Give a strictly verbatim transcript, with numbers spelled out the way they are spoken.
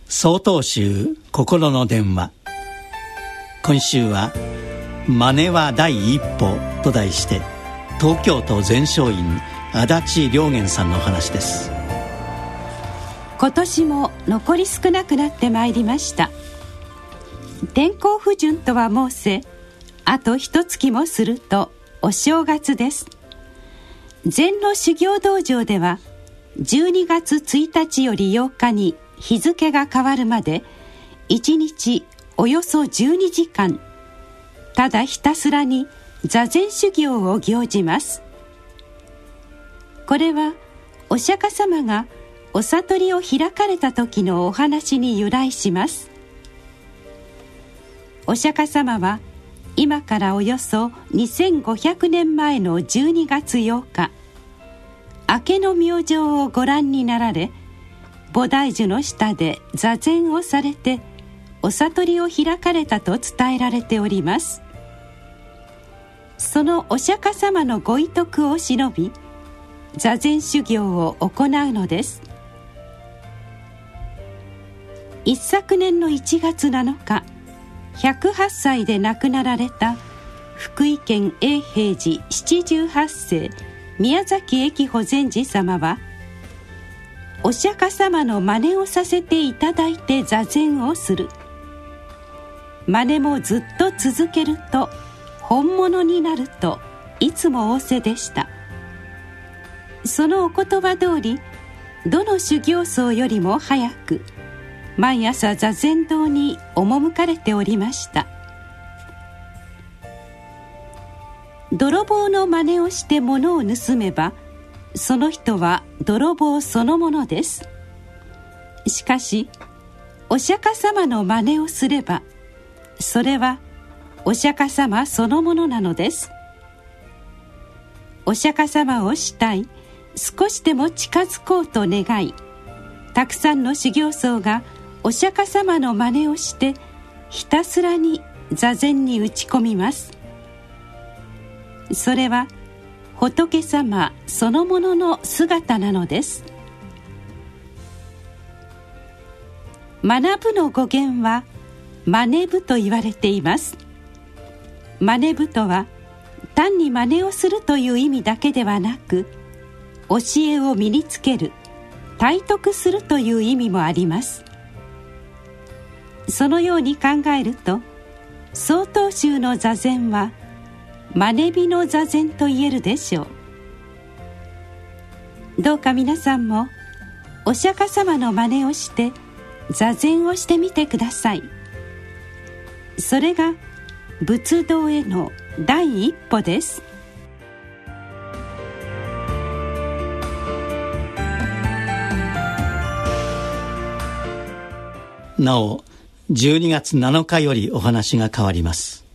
曹洞宗心の電話。今週は真似は第一歩と題して、東京都全勝院足立良源さんのお話です。 今年も残り少なくなってまいりました。天候不順とは申せ、あと一月もするとお正月です。禅の修行道場ではじゅうにがつついたちよりようかに日付が変わるまでいちにちおよそじゅうにじかん、ただひたすらに座禅修行を行じます。これはお釈迦様がお悟りを開かれた時のお話に由来します。お釈迦様は今からおよそにせんごひゃくねんまえのじゅうにがつようか、明けの明星をご覧になられ、菩提樹の下で座禅をされてお悟りを開かれたと伝えられております。そのお釈迦様のご遺徳を偲び、座禅修行を行うのです。一昨年のいちがつなのか、ひゃくはっさいで亡くなられた福井県永平寺七十八世宮崎駅保禅師様は、お釈迦様の真似をさせていただいて座禅をする、真似もずっと続けると本物になるといつも仰せでした。そのお言葉通り、どの修行僧よりも早く毎朝座禅堂に赴かれておりました。泥棒の真似をして物を盗めば、その人は泥棒そのものです。しかしお釈迦様の真似をすれば、それはお釈迦様そのものなのです。お釈迦様を慕い、少しでも近づこうと願い、たくさんの修行僧がお釈迦様の真似をしてひたすらに座禅に打ち込みます。それは仏様そのものの姿なのです。学ぶの語源は真似部と言われています。真似部とは単に真似をするという意味だけではなく、教えを身につける、体得するという意味もあります。そのように考えると、曹洞宗の座禅は真似火の座禅と言えるでしょう。どうか皆さんもお釈迦様の真似をして座禅をしてみてください。それが仏道への第一歩です。 なおじゅうにがつなのかよりお話が変わります。